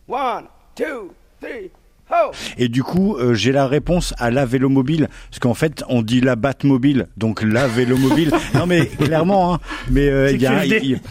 1, 2, 3, ho! Et du coup, j'ai la réponse à la vélomobile, parce qu'en fait, on dit la Batmobile, donc la vélomobile. Non mais clairement, hein. Mais il y a.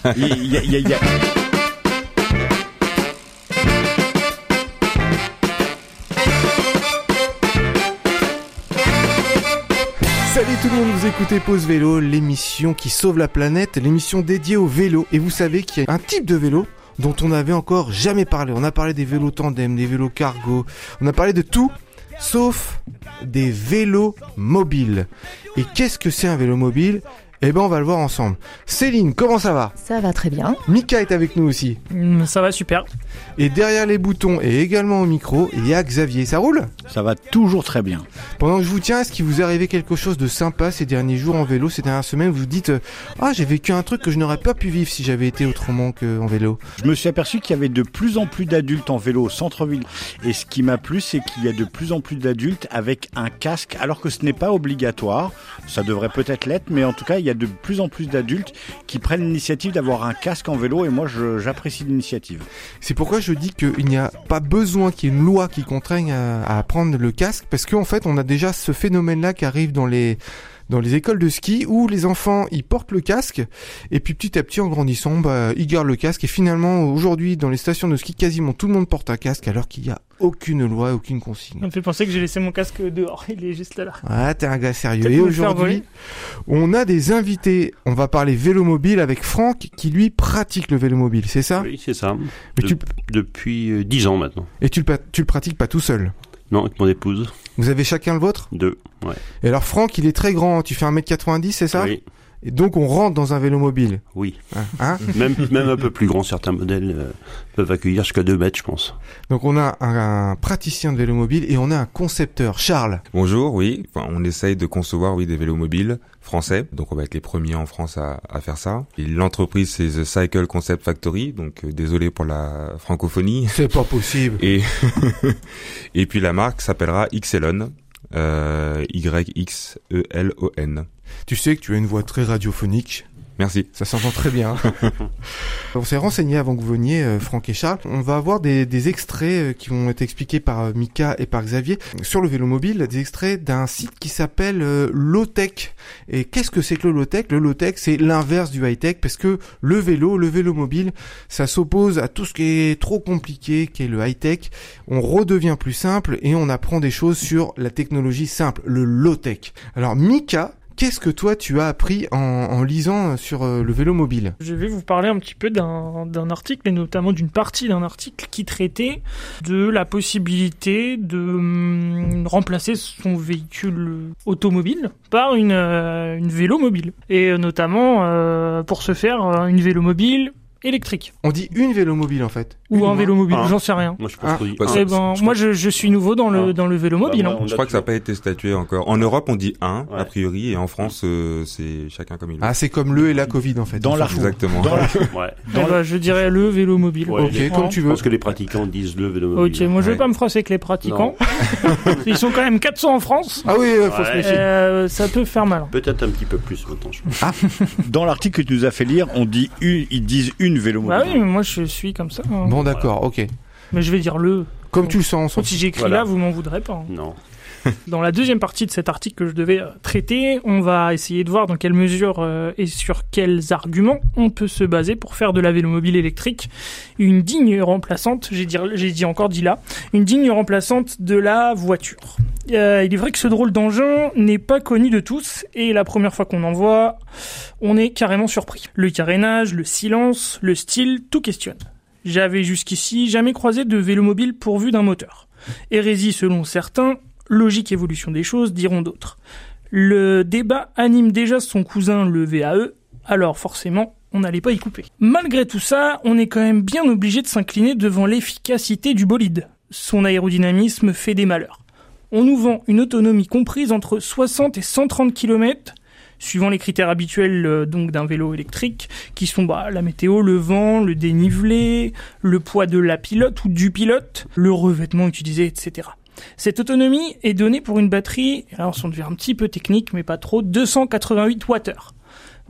Salut tout le monde, vous écoutez Pause Vélo, l'émission qui sauve la planète, l'émission dédiée au vélo. Et vous savez qu'il y a un type de vélo dont on n'avait encore jamais parlé. On a parlé des vélos tandem, des vélos cargo, on a parlé de tout, sauf des vélos mobiles. Et qu'est-ce que c'est un vélo mobile ? Eh ben on va le voir ensemble. Céline, comment ça va ? Ça va très bien. Mika est avec nous aussi. Ça va super. Et derrière les boutons et également au micro, il y a Xavier. Ça roule ? Ça va toujours très bien. Pendant que je vous tiens, est-ce qu'il vous est arrivé quelque chose de sympa ces derniers jours en vélo, ces dernières semaines ? Vous vous dites j'ai vécu un truc que je n'aurais pas pu vivre si j'avais été autrement qu'en vélo. Je me suis aperçu qu'il y avait de plus en plus d'adultes en vélo au centre-ville. Et ce qui m'a plu, c'est qu'il y a de plus en plus d'adultes avec un casque, alors que ce n'est pas obligatoire. Ça devrait peut-être l'être, mais en tout cas, il y a de plus en plus d'adultes qui prennent l'initiative d'avoir un casque en vélo, et moi j'apprécie l'initiative. C'est pourquoi je dis qu'il n'y a pas besoin qu'il y ait une loi qui contraigne à prendre le casque, parce qu'en fait on a déjà ce phénomène-là qui arrive dans les écoles de ski où les enfants ils portent le casque et puis petit à petit en grandissant ils gardent le casque, et finalement aujourd'hui dans les stations de ski quasiment tout le monde porte un casque alors qu'il n'y a aucune loi, aucune consigne. Ça me fait penser que j'ai laissé mon casque dehors, il est juste là. Ah, t'es un gars sérieux. Et aujourd'hui on a des invités, on va parler vélo mobile avec Franck qui lui pratique le vélo mobile, c'est ça ? Oui, c'est ça. Mais depuis 10 ans maintenant. Et tu le pratiques pas tout seul ? Non, avec mon épouse. Vous avez chacun le vôtre ? 2, ouais. Et alors Franck, il est très grand, tu fais 1m90, c'est ça ? Oui. Et donc on rentre dans un vélo mobile ? Oui. Hein même un peu plus grand, certains modèles peuvent accueillir jusqu'à 2 mètres, je pense. Donc on a un praticien de vélo mobile et on a un concepteur, Charles. Bonjour, oui. Enfin, on essaye de concevoir des vélos mobiles français. Donc on va être les premiers en France à faire ça. Et l'entreprise, c'est The Cycle Concept Factory. Donc désolé pour la francophonie. C'est pas possible. Et puis la marque s'appellera Yxelon. YXELON. Tu sais que tu as une voix très radiophonique. Merci. Ça s'entend très bien. On s'est renseigné avant que vous veniez, Franck et Charles. On va avoir des extraits qui vont être expliqués par Mika et par Xavier sur le vélo mobile, des extraits d'un site qui s'appelle Low-Tech. Et qu'est-ce que c'est que le Low-Tech ? Le Low-Tech, c'est l'inverse du high-tech, parce que le vélo mobile, ça s'oppose à tout ce qui est trop compliqué, qui est le high-tech. On redevient plus simple et on apprend des choses sur la technologie simple, le Low-Tech. Alors Mika, qu'est-ce que toi tu as appris en lisant sur le vélo mobile ? Je vais vous parler un petit peu d'un article, et notamment d'une partie d'un article qui traitait de la possibilité de remplacer son véhicule automobile par une vélo mobile. Et notamment pour ce faire une vélo mobile électrique. On dit une vélo mobile en fait. Ou un vélo mobile, j'en sais rien. Moi je pense je suis nouveau dans le vélo mobile. Je crois que ça n'a pas été statué encore. En Europe, on dit un, a priori, et en France, c'est chacun comme il veut. Ah, c'est comme le et la Covid en fait. Dans la exactement. Je dirais le vélo mobile. Ouais, ok, comme tu veux. Je pense que les pratiquants disent le vélo mobile. Ok, moi je vais pas me froisser avec les pratiquants. Ils sont quand même 400 en France. Ah oui, faut se méfier. Ça peut faire mal. Peut-être un petit peu plus maintenant, je pense. Dans l'article que tu nous as fait lire, ils disent une vélo mobile. Bah oui, mais moi je suis comme ça. Bon d'accord, ok. Mais je vais dire le. Comme tu le sens. Si j'écris là, vous m'en voudrez pas. Non. Dans la deuxième partie de cet article que je devais traiter, on va essayer de voir dans quelle mesure et sur quels arguments on peut se baser pour faire de la vélomobile électrique une digne remplaçante, une digne remplaçante de la voiture. Il est vrai que ce drôle d'engin n'est pas connu de tous, et la première fois qu'on en voit, on est carrément surpris. Le carénage, le silence, le style, tout questionne. J'avais jusqu'ici jamais croisé de vélomobile pourvu d'un moteur. Hérésie selon certains, logique évolution des choses diront d'autres. Le débat anime déjà son cousin le VAE, alors forcément, on n'allait pas y couper. Malgré tout ça, on est quand même bien obligé de s'incliner devant l'efficacité du bolide. Son aérodynamisme fait des malheurs. On nous vend une autonomie comprise entre 60 et 130 km, suivant les critères habituels donc d'un vélo électrique, qui sont la météo, le vent, le dénivelé, le poids de la pilote ou du pilote, le revêtement utilisé, etc. Cette autonomie est donnée pour une batterie, alors on devient un petit peu technique, mais pas trop, 288 Wh.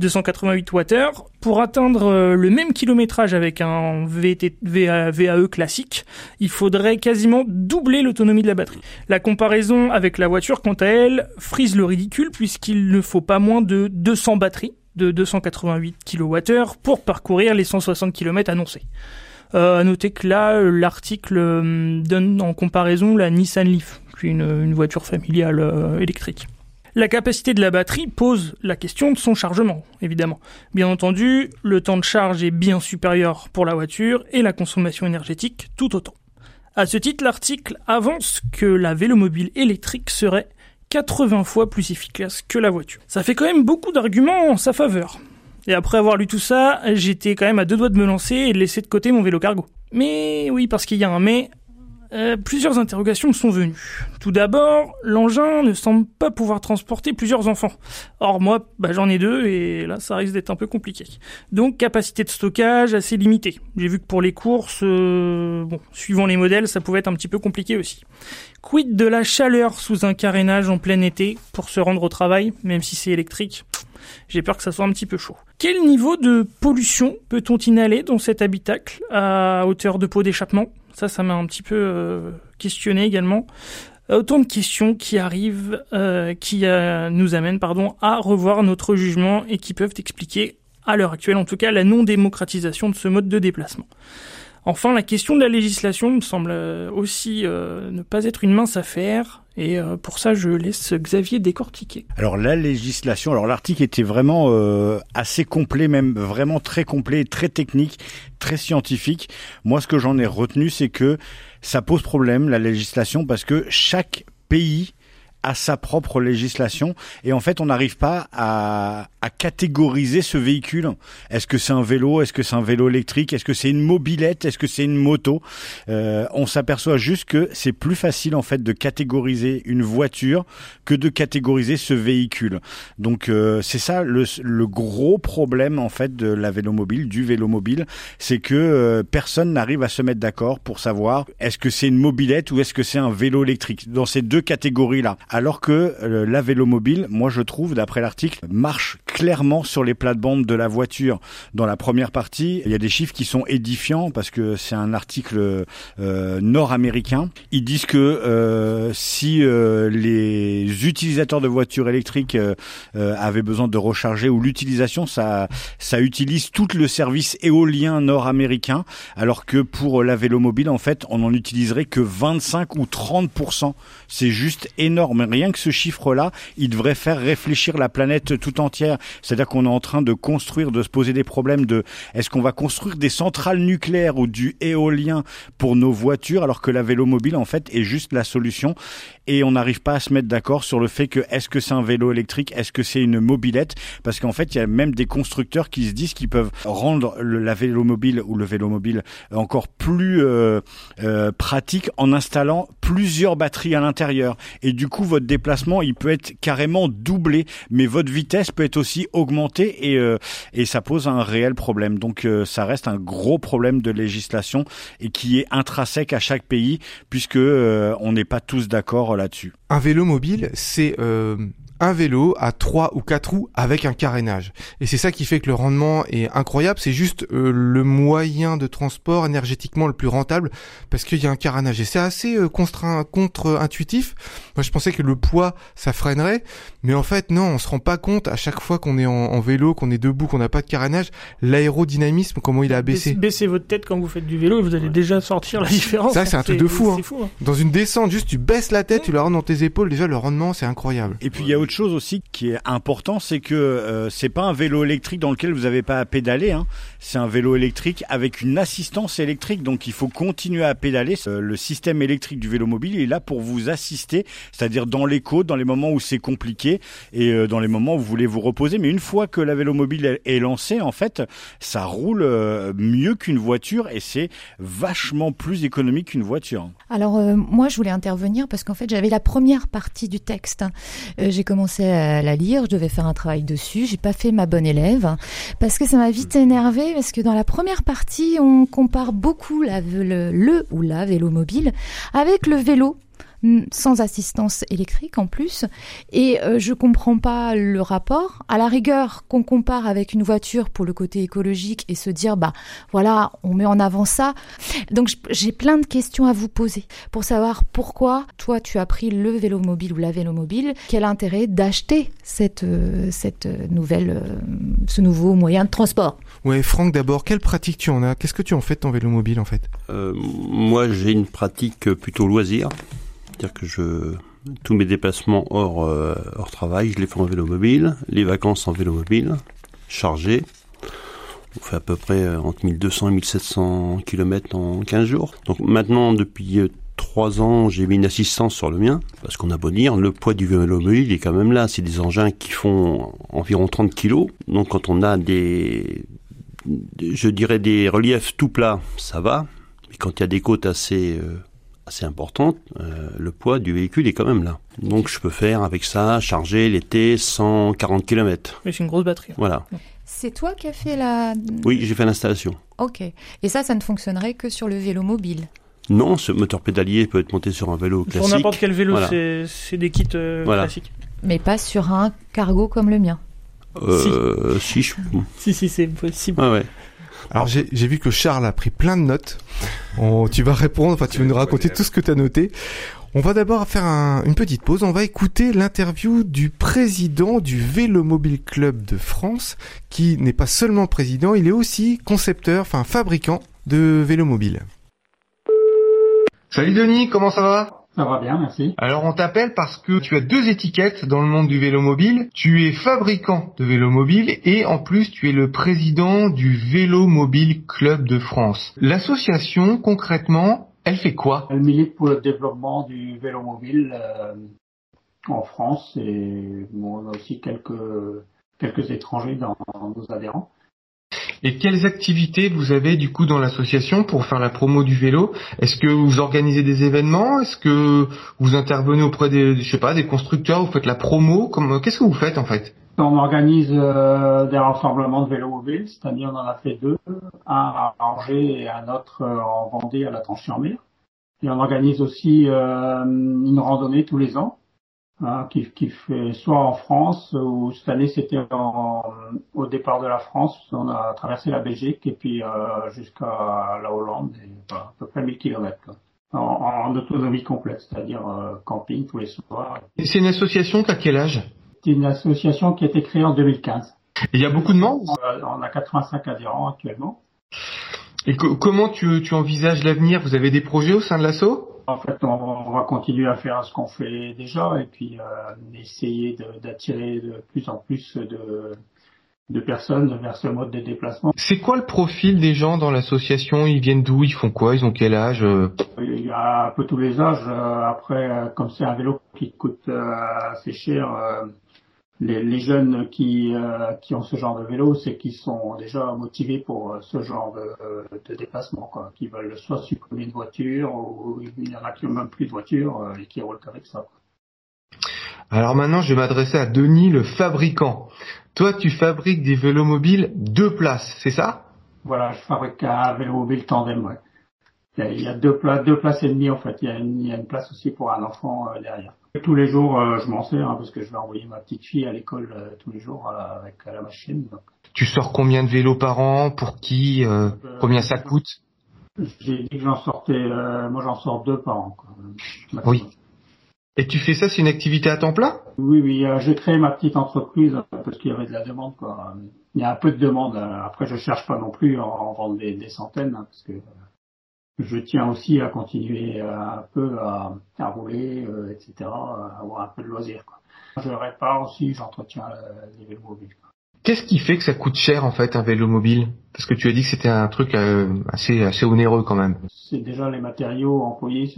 288 Wh. Pour atteindre le même kilométrage avec un VAE classique, il faudrait quasiment doubler l'autonomie de la batterie. La comparaison avec la voiture, quant à elle, frise le ridicule puisqu'il ne faut pas moins de 200 batteries de 288 kWh pour parcourir les 160 km annoncés. À noter que là, l'article donne en comparaison la Nissan Leaf, qui est une voiture familiale électrique. La capacité de la batterie pose la question de son chargement, évidemment. Bien entendu, le temps de charge est bien supérieur pour la voiture et la consommation énergétique tout autant. À ce titre, l'article avance que la vélomobile électrique serait 80 fois plus efficace que la voiture. Ça fait quand même beaucoup d'arguments en sa faveur. Et après avoir lu tout ça, j'étais quand même à 2 doigts de me lancer et de laisser de côté mon vélo cargo. Mais oui, parce qu'il y a un mais, plusieurs interrogations me sont venues. Tout d'abord, l'engin ne semble pas pouvoir transporter plusieurs enfants. Or moi, j'en ai 2 et là ça risque d'être un peu compliqué. Donc capacité de stockage assez limitée. J'ai vu que pour les courses, suivant les modèles, ça pouvait être un petit peu compliqué aussi. Quid de la chaleur sous un carénage en plein été pour se rendre au travail, même si c'est électrique? J'ai peur que ça soit un petit peu chaud. Quel niveau de pollution peut-on inhaler dans cet habitacle à hauteur de pot d'échappement? Ça m'a un petit peu questionné également. Autant de questions qui nous amènent à revoir notre jugement et qui peuvent expliquer, à l'heure actuelle en tout cas, la non-démocratisation de ce mode de déplacement. Enfin, la question de la législation me semble aussi ne pas être une mince affaire, et pour ça, je laisse Xavier décortiquer. Alors la législation, l'article était vraiment assez complet, même vraiment très complet, très technique, très scientifique. Moi, ce que j'en ai retenu, c'est que ça pose problème, la législation, parce que chaque pays a sa propre législation et en fait on n'arrive pas à catégoriser ce véhicule. Est-ce que c'est un vélo? Est-ce que c'est un vélo électrique? Est-ce que c'est une mobilette? Est-ce que c'est une moto? On s'aperçoit juste que c'est plus facile en fait de catégoriser une voiture que de catégoriser ce véhicule. Donc c'est ça le gros problème en fait de la vélomobile, du vélomobile, c'est que personne n'arrive à se mettre d'accord pour savoir est-ce que c'est une mobilette ou est-ce que c'est un vélo électrique dans ces deux catégories-là. Alors que la vélomobile, moi je trouve, d'après l'article, marche clairement sur les plates-bandes de la voiture. Dans la première partie, il y a des chiffres qui sont édifiants parce que c'est un article nord-américain. Ils disent que si les utilisateurs de voitures électriques avaient besoin de recharger ou l'utilisation, ça utilise tout le service éolien nord-américain, alors que pour la vélomobile, en fait, on en utiliserait que 25 ou 30%. C'est juste énorme. Rien que ce chiffre-là, il devrait faire réfléchir la planète tout entière. C'est-à-dire qu'on est en train de se poser des problèmes de est-ce qu'on va construire des centrales nucléaires ou du éolien pour nos voitures, alors que la vélomobile, en fait, est juste la solution. Et on n'arrive pas à se mettre d'accord sur le fait que est-ce que c'est un vélo électrique, est-ce que c'est une mobilette, parce qu'en fait, il y a même des constructeurs qui se disent qu'ils peuvent rendre la vélomobile ou le vélomobile encore plus pratique en installant plusieurs batteries à l'intérieur. Et du coup, votre déplacement, il peut être carrément doublé, mais votre vitesse peut être aussi augmentée et ça pose un réel problème. Donc, ça reste un gros problème de législation et qui est intrinsèque à chaque pays, puisque on n'est pas tous d'accord là-dessus. Un vélo mobile, c'est un vélo à 3 ou 4 roues avec un carénage. Et c'est ça qui fait que le rendement est incroyable. C'est juste le moyen de transport énergétiquement le plus rentable parce qu'il y a un carénage. Et c'est assez contre-intuitif. Moi, je pensais que le poids, ça freinerait. Mais en fait, non, on se rend pas compte à chaque fois qu'on est en vélo, qu'on est debout, qu'on n'a pas de carénage, l'aérodynamisme, comment il a baissé. Baissez votre tête quand vous faites du vélo et vous allez déjà sortir la différence. Ça, c'est un truc de fou. C'est fou, hein. Dans une descente, juste tu baisses la tête, tu la rentres dans tes épaules. Déjà, le rendement, c'est incroyable. Et puis, il y a autre chose aussi qui est important, c'est que c'est pas un vélo électrique dans lequel vous n'avez pas à pédaler, hein. C'est un vélo électrique avec une assistance électrique, donc il faut continuer à pédaler. Le système électrique du vélo mobile est là pour vous assister, c'est-à-dire dans les côtes, dans les moments où c'est compliqué et dans les moments où vous voulez vous reposer. Mais une fois que la vélo mobile est lancée, en fait, ça roule mieux qu'une voiture et c'est vachement plus économique qu'une voiture. Alors moi, je voulais intervenir parce qu'en fait, j'avais la première partie du texte. J'ai commencé à la lire, je devais faire un travail dessus, j'ai pas fait ma bonne élève parce que ça m'a vite énervée parce que dans la première partie, on compare beaucoup la vélomobile avec le vélo. sans assistance électrique en plus. Et je comprends pas le rapport. À la rigueur, qu'on compare avec une voiture pour le côté écologique et se dire, bah voilà, on met en avant ça. Donc j'ai plein de questions à vous poser pour savoir pourquoi toi tu as pris le vélomobile ou la vélomobile. Quel intérêt d'acheter cette nouvelle, ce nouveau moyen de transport? Ouais, Franck, d'abord, quelle pratique tu en as? Qu'est-ce que tu en fais de ton vélomobile en fait? Moi, j'ai une pratique plutôt loisir, c'est-à-dire que tous mes déplacements hors travail, je les fais en vélomobile, les vacances en vélomobile, chargé. On fait à peu près entre 1200 et 1700 km en 15 jours. Donc maintenant, depuis 3 ans, j'ai mis une assistance sur le mien, parce qu'on a beau dire, le poids du vélomobile il est quand même là. C'est des engins qui font environ 30 kilos. Donc quand on a des reliefs tout plats, ça va. Mais quand il y a des côtes assez importantes, le poids du véhicule est quand même là. Donc je peux faire avec ça, charger l'été 140 km. Mais c'est une grosse batterie. Voilà. C'est toi qui as fait la... Oui, j'ai fait l'installation. Ok. Et ça ne fonctionnerait que sur le vélo mobile? Non, ce moteur pédalier peut être monté sur un vélo classique. Sur n'importe quel vélo, voilà. c'est des kits classiques. Mais pas sur un cargo comme le mien? Si, c'est possible. Ah ouais. Alors j'ai vu que Charles a pris plein de notes. Tu vas répondre, enfin tu vas nous raconter tout ce que tu as noté. On va d'abord faire une petite pause. On va écouter l'interview du président du Vélomobile Club de France, qui n'est pas seulement président, il est aussi concepteur, enfin fabricant de vélomobiles. Salut Denis, comment ça va? Ça va bien, merci. Alors on t'appelle parce que tu as 2 étiquettes dans le monde du vélomobile. Tu es fabricant de vélomobiles et en plus tu es le président du Vélomobile Club de France. L'association, concrètement, elle fait quoi? Elle milite pour le développement du vélomobile en France et on a aussi quelques étrangers dans nos adhérents. Et quelles activités vous avez du coup dans l'association pour faire la promo du vélo? Est-ce que vous organisez des événements? Est-ce que vous intervenez auprès des constructeurs? Vous faites la promo? Qu'est-ce que vous faites en fait? On organise des rassemblements de vélomobiles, c'est-à-dire on en a fait 2, un à Angers et un autre en Vendée à la Tranche-sur-Mer. Et on organise aussi une randonnée tous les ans, qui fait soit en France, ou cette année c'était au départ de la France, on a traversé la Belgique et puis jusqu'à la Hollande, et, à peu près 1000 km. En autonomie complète, c'est-à-dire camping tous les soirs. Et c'est une association qui a quel âge? C'est une association qui a été créée en 2015. Et il y a beaucoup de membres? On a 85 adhérents actuellement. Et comment tu envisages l'avenir? Vous avez des projets au sein de l'asso? En fait, on va continuer à faire ce qu'on fait déjà et puis essayer d'attirer de plus en plus de personnes vers ce mode de déplacement. C'est quoi le profil des gens dans l'association? Ils viennent d'où? Ils font quoi? Ils ont quel âge? Il y a un peu tous les âges. Après, comme c'est un vélo qui coûte assez cher, les jeunes qui ont ce genre de vélo, c'est qu'ils sont déjà motivés pour ce genre de déplacement, quoi. Qui veulent soit supprimer une voiture, ou il y en a qui n'ont même plus de voiture et qui roulent qu'avec ça. Alors maintenant, je vais m'adresser à Denis, le fabricant. Toi, tu fabriques des vélomobiles 2 places, c'est ça? Voilà, je fabrique un vélomobile tandem, ouais. Il y a 2 places et demie en fait. Il y a une place aussi pour un enfant derrière. Tous les jours, je m'en sers parce que je vais envoyer ma petite fille à l'école tous les jours avec la machine. Donc. Tu sors combien de vélos par an? Pour qui? Combien ça coûte? J'ai dit que j'en sortais. Moi, j'en sors 2 par an, quoi. Oui. Et tu fais ça, c'est une activité à temps plein? Oui, j'ai créé ma petite entreprise parce qu'il y avait de la demande, quoi. Il y a un peu de demande. Après, je cherche pas non plus à en vendre des centaines, parce que je tiens aussi à continuer un peu à rouler, etc., à avoir un peu de loisirs, quoi. Je répare aussi, j'entretiens les vélomobiles. Qu'est-ce qui fait que ça coûte cher, en fait, un vélomobile? Parce que tu as dit que c'était un truc assez onéreux, quand même. C'est déjà les matériaux employés,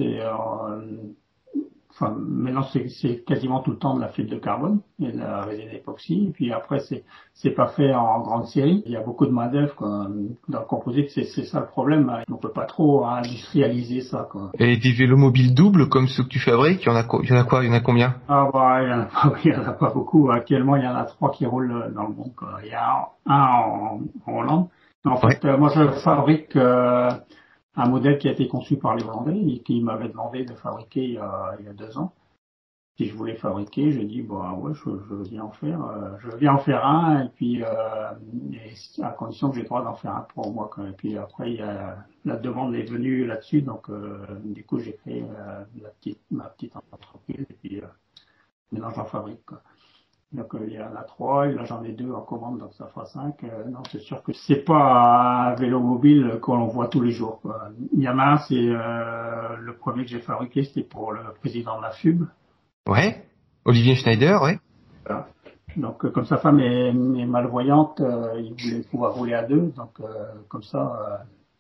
maintenant c'est quasiment tout le temps de la fibre de carbone et de la résine époxy. Et puis après c'est pas fait en grande série. Il y a beaucoup de main d'œuvre, quoi. Dans le composite, c'est ça le problème. On peut pas trop industrialiser ça, quoi. Et des vélomobiles doubles comme ceux que tu fabriques, il y en a quoi? Il y en a combien? Il y en a pas beaucoup. Actuellement, il y en a 3 qui roulent dans le monde, quoi. Il y a un en Hollande. En fait, moi je fabrique un modèle qui a été conçu par les Hollandais et qui m'avait demandé de fabriquer il y a 2 ans. Si je voulais fabriquer, j'ai dit ouais, je veux bien en faire, un et puis et à condition que j'ai le droit d'en faire un pour moi. Quoi. Et puis après, la demande est venue là-dessus, donc du coup j'ai créé ma petite entreprise et puis maintenant j'en fabrique. Quoi. Donc il y en a 3, et là j'en ai 2 en commande, donc ça fera 5. Non, c'est sûr que c'est pas un vélo mobile qu'on voit tous les jours. Quoi. Il y en a un, c'est le premier que j'ai fabriqué, c'était pour le président de la FUB. Ouais. Olivier Schneider, ouais. Voilà. Donc comme sa femme est malvoyante, il voulait pouvoir rouler à 2, donc comme ça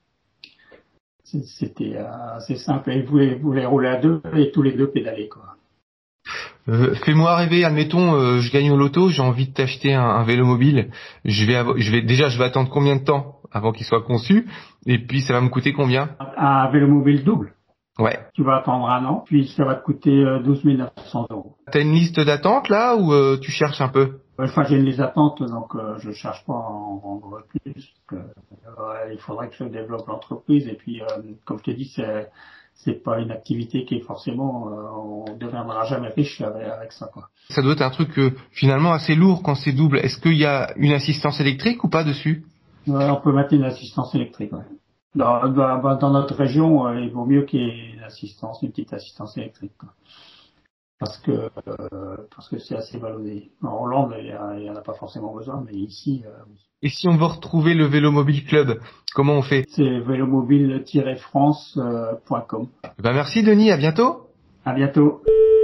c'était assez simple. Et il voulait rouler à 2 et tous les 2 pédaler quoi. Fais-moi rêver, admettons, je gagne au loto, j'ai envie de t'acheter un vélo mobile. Je vais attendre combien de temps avant qu'il soit conçu, et puis ça va me coûter combien? Un vélo mobile double. Ouais. Tu vas attendre 1 an, puis ça va te coûter 12 900 €. T'as une liste d'attente là, ou tu cherches un peu? Enfin, j'ai une liste d'attente, donc je cherche pas à en vendre plus. Il faudrait que je développe l'entreprise, et puis comme je t'ai dit, c'est pas une activité qui est forcément, on deviendra jamais riche avec ça, quoi. Ça doit être un truc finalement assez lourd quand c'est double. Est-ce qu'il y a une assistance électrique ou pas dessus? On peut mettre une assistance électrique, ouais. Dans notre région, il vaut mieux qu'il y ait une petite assistance électrique, quoi. Parce que c'est assez valorisé. En Hollande, il y en a pas forcément besoin, mais ici. Et si on veut retrouver le Vélomobile Club, comment on fait? C'est vélomobile-france.com. Merci Denis, à bientôt. À bientôt.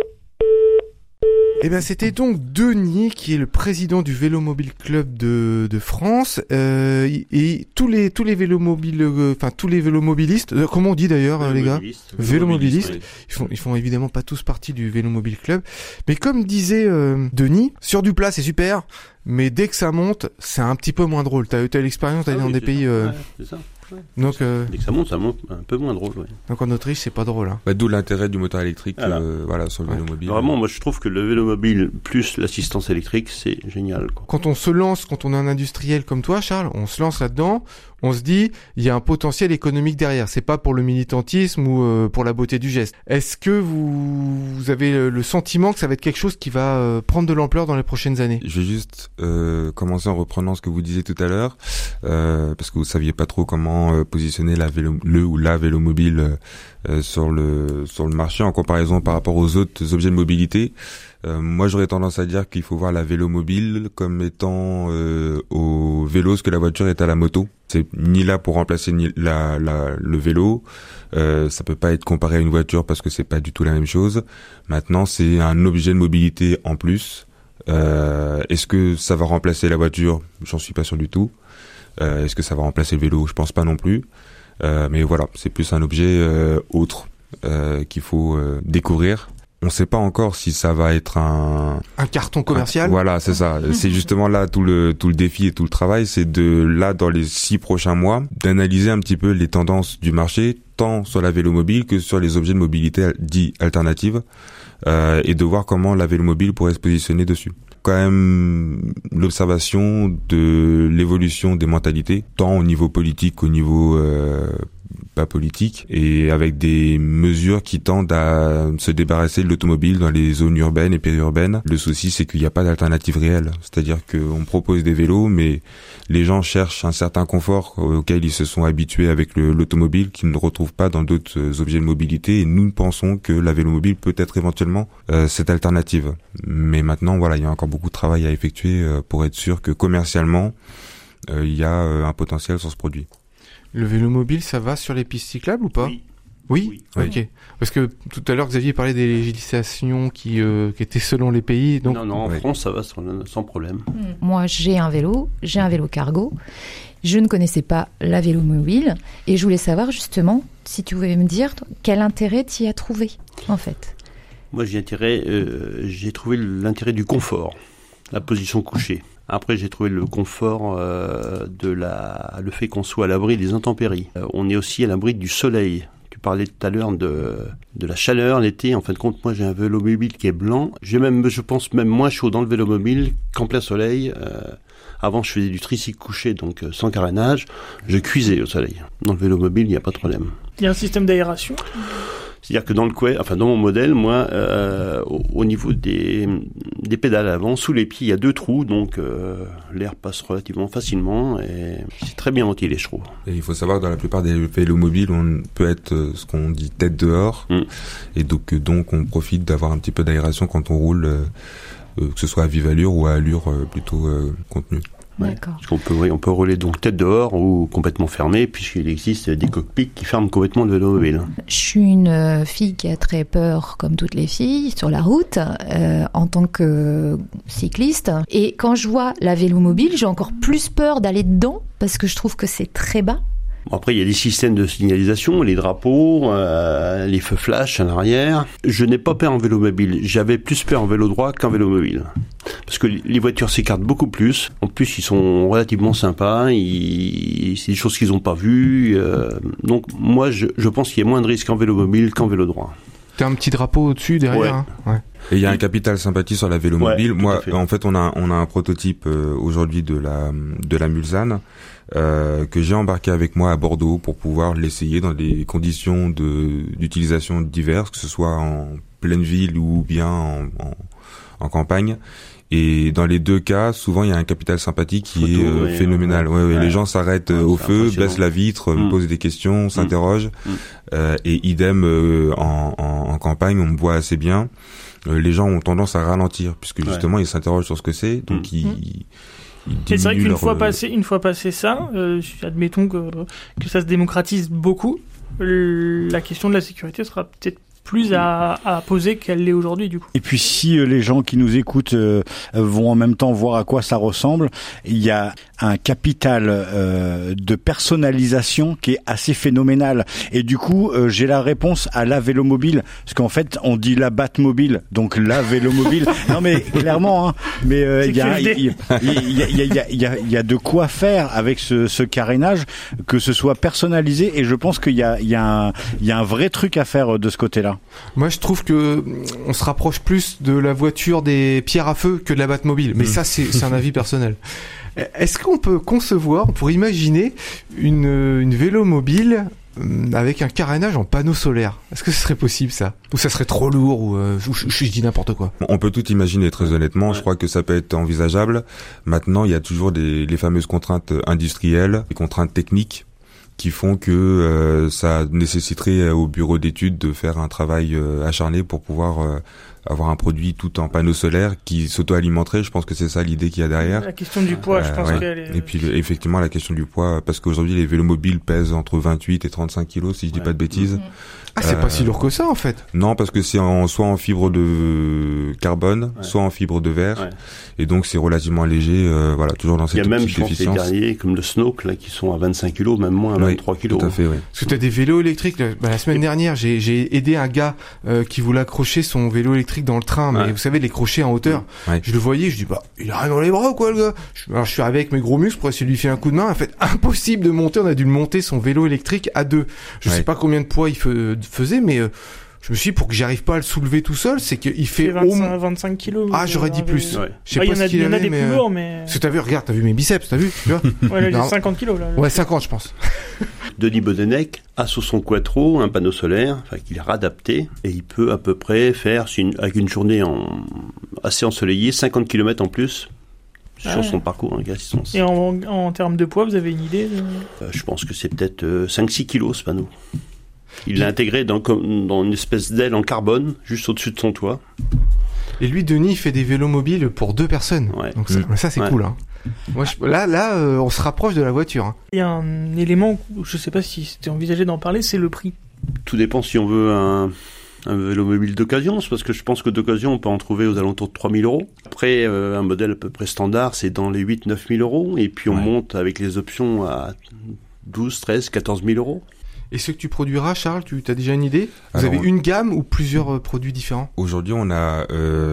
Eh ben, c'était donc Denis, qui est le président du Vélomobile Club de France, et tous les vélomobiles, tous les vélomobilistes, comment on dit d'ailleurs, les gars? Vélomobilistes. Ils font évidemment pas tous partie du Vélomobile Club. Mais comme disait, Denis, sur du plat, c'est super, mais dès que ça monte, c'est un petit peu moins drôle. T'as l'expérience d'aller dans des pays, c'est ça. Ouais. Donc, dès que ça monte un peu moins drôle. Ouais. Donc en Autriche, c'est pas drôle. Hein. D'où l'intérêt du moteur électrique, sur le vélo mobile. Vraiment, moi je trouve que le vélo mobile plus l'assistance électrique, c'est génial. Quoi. Quand on est un industriel comme toi, Charles, on se lance là-dedans. On se dit, il y a un potentiel économique derrière. C'est pas pour le militantisme ou pour la beauté du geste. Est-ce que vous avez le sentiment que ça va être quelque chose qui va prendre de l'ampleur dans les prochaines années? Je vais juste commencer en reprenant ce que vous disiez tout à l'heure, parce que vous saviez pas trop comment positionner la vélo mobile sur le marché en comparaison par rapport aux autres objets de mobilité. Moi, j'aurais tendance à dire qu'il faut voir la vélo mobile comme étant au vélo ce que la voiture est à la moto. C'est ni là pour remplacer le vélo. Ça peut pas être comparé à une voiture parce que c'est pas du tout la même chose. Maintenant, c'est un objet de mobilité en plus. Est-ce que ça va remplacer la voiture? J'en suis pas sûr du tout. Est-ce que ça va remplacer le vélo? Je pense pas non plus. Mais voilà, c'est plus un objet autre qu'il faut découvrir. On sait pas encore si ça va être un carton commercial. Voilà, c'est ça. C'est justement là tout le défi et tout le travail, c'est dans les 6 prochains mois, d'analyser un petit peu les tendances du marché, tant sur la vélo mobile que sur les objets de mobilité dits alternatives, et de voir comment la vélo mobile pourrait se positionner dessus. Quand même l'observation de l'évolution des mentalités, tant au niveau politique qu'au niveau pas politique, et avec des mesures qui tendent à se débarrasser de l'automobile dans les zones urbaines et périurbaines. Le souci, c'est qu'il n'y a pas d'alternative réelle. C'est-à-dire qu'on propose des vélos, mais les gens cherchent un certain confort auquel ils se sont habitués avec l'automobile, qu'ils ne retrouvent pas dans d'autres objets de mobilité, et nous pensons que la vélomobile peut être éventuellement cette alternative. Mais maintenant, voilà, il y a encore beaucoup de travail à effectuer pour être sûr que commercialement, il y a un potentiel sur ce produit. Le vélo mobile, ça va sur les pistes cyclables ou pas? Oui. Ok. Parce que tout à l'heure, Xavier parlait des législations qui étaient selon les pays. Donc... Non, en France, ça va sans problème. Moi, j'ai un vélo cargo. Je ne connaissais pas la vélo mobile et je voulais savoir justement, si tu pouvais me dire, quel intérêt tu y as trouvé, en fait. Moi, j'ai trouvé l'intérêt du confort, la position couchée. Après, j'ai trouvé le confort le fait qu'on soit à l'abri des intempéries. On est aussi à l'abri du soleil. Tu parlais tout à l'heure de la chaleur l'été. En fin de compte, moi, j'ai un vélo mobile qui est blanc. Je pense même moins chaud dans le vélo mobile qu'en plein soleil. Avant, je faisais du tricycle couché, donc sans carénage. Je cuisais au soleil. Dans le vélo mobile, il n'y a pas de problème. Il y a un système d'aération. C'est-à-dire que dans mon modèle, moi, au niveau des pédales avant, sous les pieds, il y a 2 trous, donc l'air passe relativement facilement et c'est très bien ventilé, je trouve. Et il faut savoir que dans la plupart des vélos mobiles, on peut être ce qu'on dit tête dehors, et donc on profite d'avoir un petit peu d'aération quand on roule, que ce soit à vive allure ou à allure plutôt contenue. D'accord. Parce on peut rouler donc tête dehors ou complètement fermé, puisqu'il existe des cockpits qui ferment complètement le vélo mobile. Je suis une fille qui a très peur, comme toutes les filles, sur la route, en tant que cycliste. Et quand je vois la vélo mobile, j'ai encore plus peur d'aller dedans, parce que je trouve que c'est très bas. Après, il y a des systèmes de signalisation, les drapeaux, les feux flash à l'arrière. Je n'ai pas peur en vélo mobile. J'avais plus peur en vélo droit qu'en vélo mobile. Parce que les voitures s'écartent beaucoup plus. En plus, ils sont relativement sympas. C'est des choses qu'ils n'ont pas vues. Donc, moi, je pense qu'il y a moins de risques en vélo mobile qu'en vélo droit. T'as un petit drapeau au-dessus, derrière. Ouais. Hein. Ouais. Et il y a un capital sympathie sur la vélo mobile. Moi, fait. en fait, on a un prototype aujourd'hui de la Mulsanne que j'ai embarqué avec moi à Bordeaux pour pouvoir l'essayer dans des conditions d'utilisation diverses, que ce soit en pleine ville ou bien en campagne. Et dans les 2 cas, souvent il y a un capital sympathie qui est phénoménal. Ouais. Les gens s'arrêtent au feu, baissent la vitre, me posent des questions, s'interrogent. Et idem en campagne, on me voit assez bien. Les gens ont tendance à ralentir puisque justement ils s'interrogent sur ce que c'est, donc ils et c'est vrai qu'une fois passé ça, admettons que ça se démocratise beaucoup, la question de la sécurité sera peut-être plus à poser qu'elle l'est aujourd'hui du coup. Et puis si les gens qui nous écoutent vont en même temps voir à quoi ça ressemble, il y a un capital de personnalisation qui est assez phénoménal. Et du coup, j'ai la réponse à la vélo mobile, parce qu'en fait, on dit la Batmobile, donc la vélo mobile. Non mais clairement, hein. Mais il y a de quoi faire avec ce carénage, que ce soit personnalisé. Et je pense qu'il y a un vrai truc à faire de ce côté-là. Moi, je trouve que on se rapproche plus de la voiture des pierres à feu que de la Batmobile. Mais ça, c'est un avis personnel. Est-ce qu'on peut concevoir, pour imaginer une vélo mobile avec un carénage en panneau solaire? Est-ce que ce serait possible, ça? Ou ça serait trop lourd, ou je dis n'importe quoi? On peut tout imaginer, très honnêtement. Je crois que ça peut être envisageable. Maintenant, il y a toujours les fameuses contraintes industrielles, les contraintes techniques, qui font que ça nécessiterait au bureau d'études de faire un travail acharné pour pouvoir avoir un produit tout en panneau solaire qui s'auto-alimenterait. Je pense que c'est ça l'idée qu'il y a derrière. La question du poids, je pense qu'elle est... Et puis effectivement la question du poids, parce qu'aujourd'hui les vélos mobiles pèsent entre 28 et 35 kilos, si je dis pas de bêtises. Ah, c'est pas si lourd que ça en fait. Non, parce que c'est soit en fibre de carbone, soit en fibre de verre, et donc c'est relativement léger. Voilà, toujours dans cette petite déficience. Il y a même, je pense, des derniers comme le Snoke là qui sont à 25 kilos, même moins à 23 kilos. Tout à fait, oui. Parce que t'as des vélos électriques. La semaine dernière, j'ai aidé un gars qui voulait accrocher son vélo électrique dans le train, mais vous savez les crochets en hauteur. Je le voyais, je dis il a rien dans les bras ou quoi le gars. Alors je suis arrivé avec mes gros muscles pour essayer de lui faire un coup de main. En fait, impossible de monter. On a dû le monter son vélo électrique à 2. Je sais pas combien de poids il faisait, mais je me suis dit, pour que j'arrive pas à le soulever tout seul, c'est qu'il fait 25 kilos. Ah, j'aurais dit plus. Je sais pas ce qu'il avait, mais... Il y en a des plus lourds, mais... Parce que t'as vu mes biceps, t'as vu, tu vois? Ouais, là, j'ai 50 kilos, là. Ouais, 50, je pense. Denis Bodenec a sur son quattro un panneau solaire, qu'il a adapté, et il peut à peu près faire, avec une journée assez ensoleillée, 50 km en plus sur son parcours en assistance. Et en termes de poids, vous avez une idée je pense que c'est peut-être 5-6 kilos ce panneau. Il l'a intégré dans une espèce d'aile en carbone, juste au-dessus de son toit. Et lui, Denis, il fait des vélos mobiles pour 2 personnes. Ouais. Donc ça c'est cool. Hein. Moi, là, on se rapproche de la voiture. Hein. Il y a un élément, je sais pas si c'était envisagé d'en parler, c'est le prix. Tout dépend si on veut un vélo mobile d'occasion, c'est parce que je pense que d'occasion, on peut en trouver aux alentours de 3 000 euros. Après, un modèle à peu près standard, c'est dans les 8-9 000 euros. Et puis on monte avec les options à 12, 13, 14 000 euros. Et ce que tu produiras, Charles, tu as déjà une idée? Vous avez une gamme ou plusieurs produits différents? Aujourd'hui, on a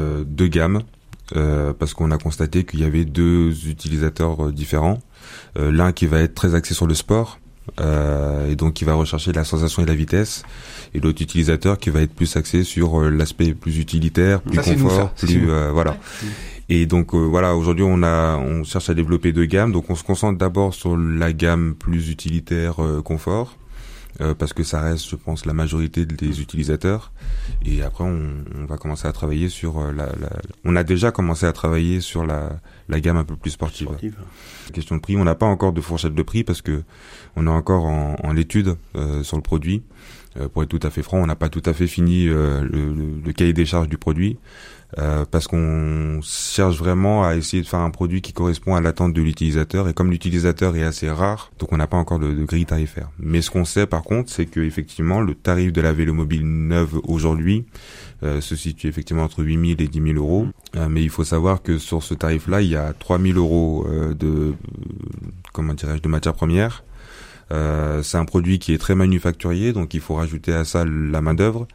2 gammes, parce qu'on a constaté qu'il y avait 2 utilisateurs différents. L'un qui va être très axé sur le sport, et donc il va rechercher la sensation et la vitesse, et l'autre utilisateur qui va être plus axé sur l'aspect plus utilitaire, plus confort, voilà. Et donc voilà, aujourd'hui on cherche à développer 2 gammes, donc on se concentre d'abord sur la gamme plus utilitaire confort. Parce que ça reste, je pense, la majorité des utilisateurs. Et après, on va commencer à travailler sur on a déjà commencé à travailler sur la gamme un peu plus sportive. Question de prix, on n'a pas encore de fourchette de prix parce que on est encore en étude sur le produit. Pour être tout à fait franc, on n'a pas tout à fait fini le cahier des charges du produit. Parce qu'on cherche vraiment à essayer de faire un produit qui correspond à l'attente de l'utilisateur, et comme l'utilisateur est assez rare, donc on n'a pas encore de grille tarifaire. Mais ce qu'on sait par contre, c'est que effectivement le tarif de la vélomobile neuve aujourd'hui se situe effectivement entre 8 000 et 10 000 euros. Mais il faut savoir que sur ce tarif-là, il y a 3 000 euros de matières premières. C'est un produit qui est très manufacturier, donc il faut rajouter à ça la main d'œuvre,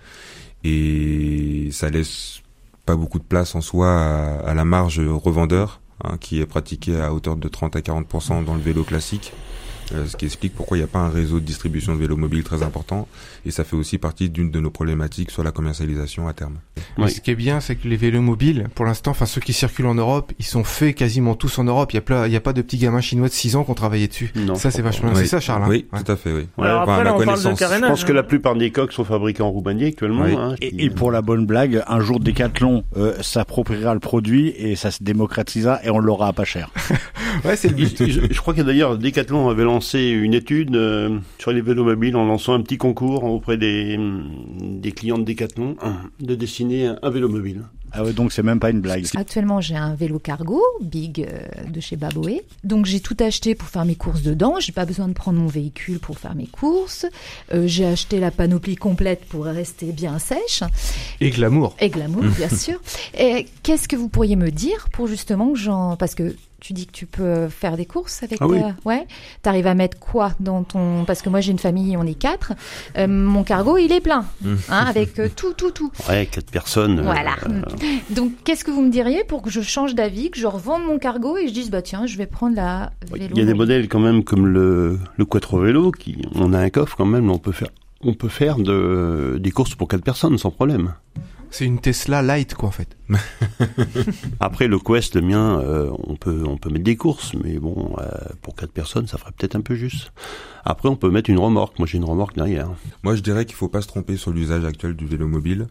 et ça laisse pas beaucoup de place en soi à la marge revendeur, qui est pratiquée à hauteur de 30 à 40% dans le vélo classique. Ce qui explique pourquoi il n'y a pas un réseau de distribution de vélos mobiles très important, et ça fait aussi partie d'une de nos problématiques sur la commercialisation à terme. Oui. Ce qui est bien, c'est que les vélos mobiles, pour l'instant, enfin ceux qui circulent en Europe, ils sont faits quasiment tous en Europe. Il y a pas de petits gamins chinois de 6 ans qui ont travaillé dessus. Non, ça c'est vachement bien. Oui. C'est ça, Charles. Oui, tout à fait, oui. Alors après, là, on parle de carénage. Je pense que la plupart des coques sont fabriquées en Roumanie actuellement. Oui. Et pour la bonne blague, un jour Decathlon s'appropriera le produit et ça se démocratisera et on l'aura à pas cher. Ouais, c'est le but. Je crois que d'ailleurs Decathlon avait lancé une étude sur les vélos mobiles en lançant un petit concours auprès des clients de Decathlon de dessiner un vélo mobile. Ah ouais, donc c'est même pas une blague. Actuellement, j'ai un vélo cargo Big de chez Baboé. Donc j'ai tout acheté pour faire mes courses dedans. J'ai pas besoin de prendre mon véhicule pour faire mes courses. J'ai acheté la panoplie complète pour rester bien sèche. Et glamour. Et glamour, bien sûr. Et qu'est-ce que vous pourriez me dire pour justement que parce que tu dis que tu peux faire des courses avec oui. Ouais. T'arrives à mettre quoi dans ton... Parce que moi, j'ai une famille, on est 4. Mon cargo, il est plein. Avec tout. Ouais, 4 personnes. Voilà. Donc, qu'est-ce que vous me diriez pour que je change d'avis, que je revende mon cargo et je dise, bah tiens, je vais prendre la vélo. Il y a des modèles quand même comme le Quattro Vélo, on a un coffre quand même, on peut faire des courses pour 4 personnes sans problème. C'est une Tesla Light, quoi, en fait. Après, le Quest, le mien, on peut mettre des courses, mais bon, pour 4 personnes, ça ferait peut-être un peu juste. Après, on peut mettre une remorque. Moi, j'ai une remorque derrière. Moi, je dirais qu'il faut pas se tromper sur l'usage actuel du vélo mobile.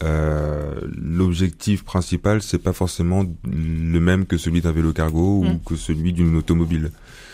L'objectif principal, c'est pas forcément le même que celui d'un vélo cargo ou que celui d'une automobile.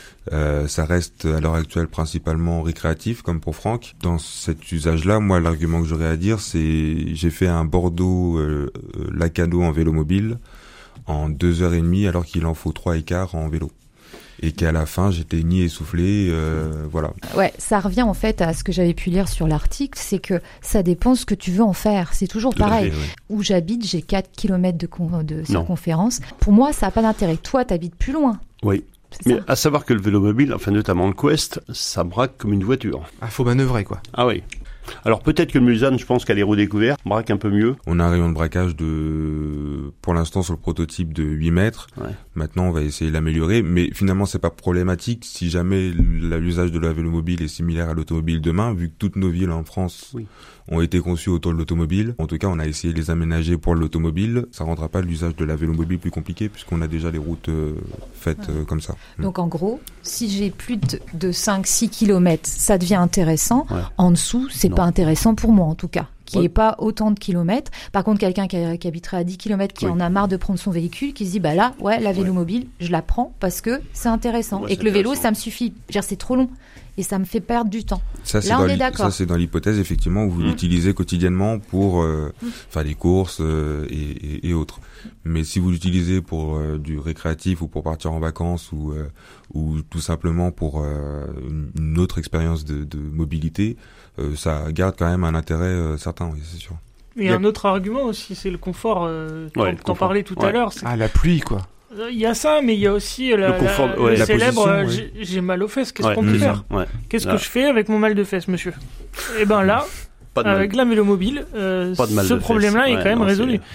Ça reste à l'heure actuelle principalement récréatif, comme pour Franck. Dans cet usage-là, moi, l'argument que j'aurais à dire, c'est j'ai fait un Bordeaux Lacano en vélo mobile en 2h30, alors qu'il en faut 3h15 en vélo. Et qu'à la fin, j'étais ni essoufflé, voilà. Ouais, ça revient en fait à ce que j'avais pu lire sur l'article, c'est que ça dépend ce que tu veux en faire. C'est toujours pareil. Fait, oui. Où j'habite, j'ai 4 km de circonférence. Pour moi, ça n'a pas d'intérêt. Toi, t'habites plus loin. Oui. Mais à savoir que le vélo mobile, enfin notamment le Quest, ça braque comme une voiture. Ah, faut manœuvrer, quoi. Ah oui. Alors peut-être que le Mulsanne, je pense qu'à les roues découvertes, braque un peu mieux. On a un rayon de braquage pour l'instant sur le prototype de 8 mètres. Ouais. Maintenant, on va essayer de l'améliorer, mais finalement, c'est pas problématique si jamais l'usage de la vélomobile est similaire à l'automobile demain, vu que toutes nos villes en France ont été conçues autour de l'automobile. En tout cas, on a essayé de les aménager pour l'automobile. Ça rendra pas l'usage de la vélomobile plus compliqué, puisqu'on a déjà les routes faites comme ça. Donc en gros, si j'ai plus de 5-6 km, ça devient intéressant. Ouais. En dessous, c'est pas intéressant pour moi en tout cas. Qui n'ait pas autant de kilomètres. Par contre, quelqu'un qui habiterait à 10 km, qui en a marre de prendre son véhicule, qui se dit, bah là, la vélomobile, je la prends parce que c'est intéressant. Et que le vélo, ça me suffit. Je veux dire, c'est trop long. Et ça me fait perdre du temps. Ça, on est d'accord. Ça, c'est dans l'hypothèse, effectivement, où vous l'utilisez quotidiennement pour faire des courses et autres. Mais si vous l'utilisez pour du récréatif ou pour partir en vacances ou tout simplement pour une autre expérience de mobilité, ça garde quand même un intérêt certain, oui, c'est sûr. Et un autre argument aussi, c'est le confort. T'en parlais tout à l'heure. Ah, la pluie, quoi. Il y a ça, mais il y a aussi le célèbre j'ai mal aux fesses, qu'est-ce qu'on peut faire Qu'est-ce que je fais avec mon mal de fesses, monsieur? Et ben là, avec la vélomobile, ce problème-là est quand même résolu.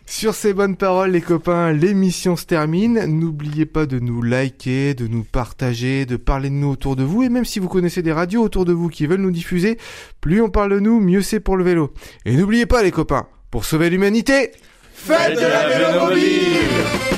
Sur ces bonnes paroles, les copains, l'émission se termine. N'oubliez pas de nous liker, de nous partager, de parler de nous autour de vous. Et même si vous connaissez des radios autour de vous qui veulent nous diffuser, plus on parle de nous, mieux c'est pour le vélo. Et n'oubliez pas, les copains, pour sauver l'humanité, faites de la vélo mobile!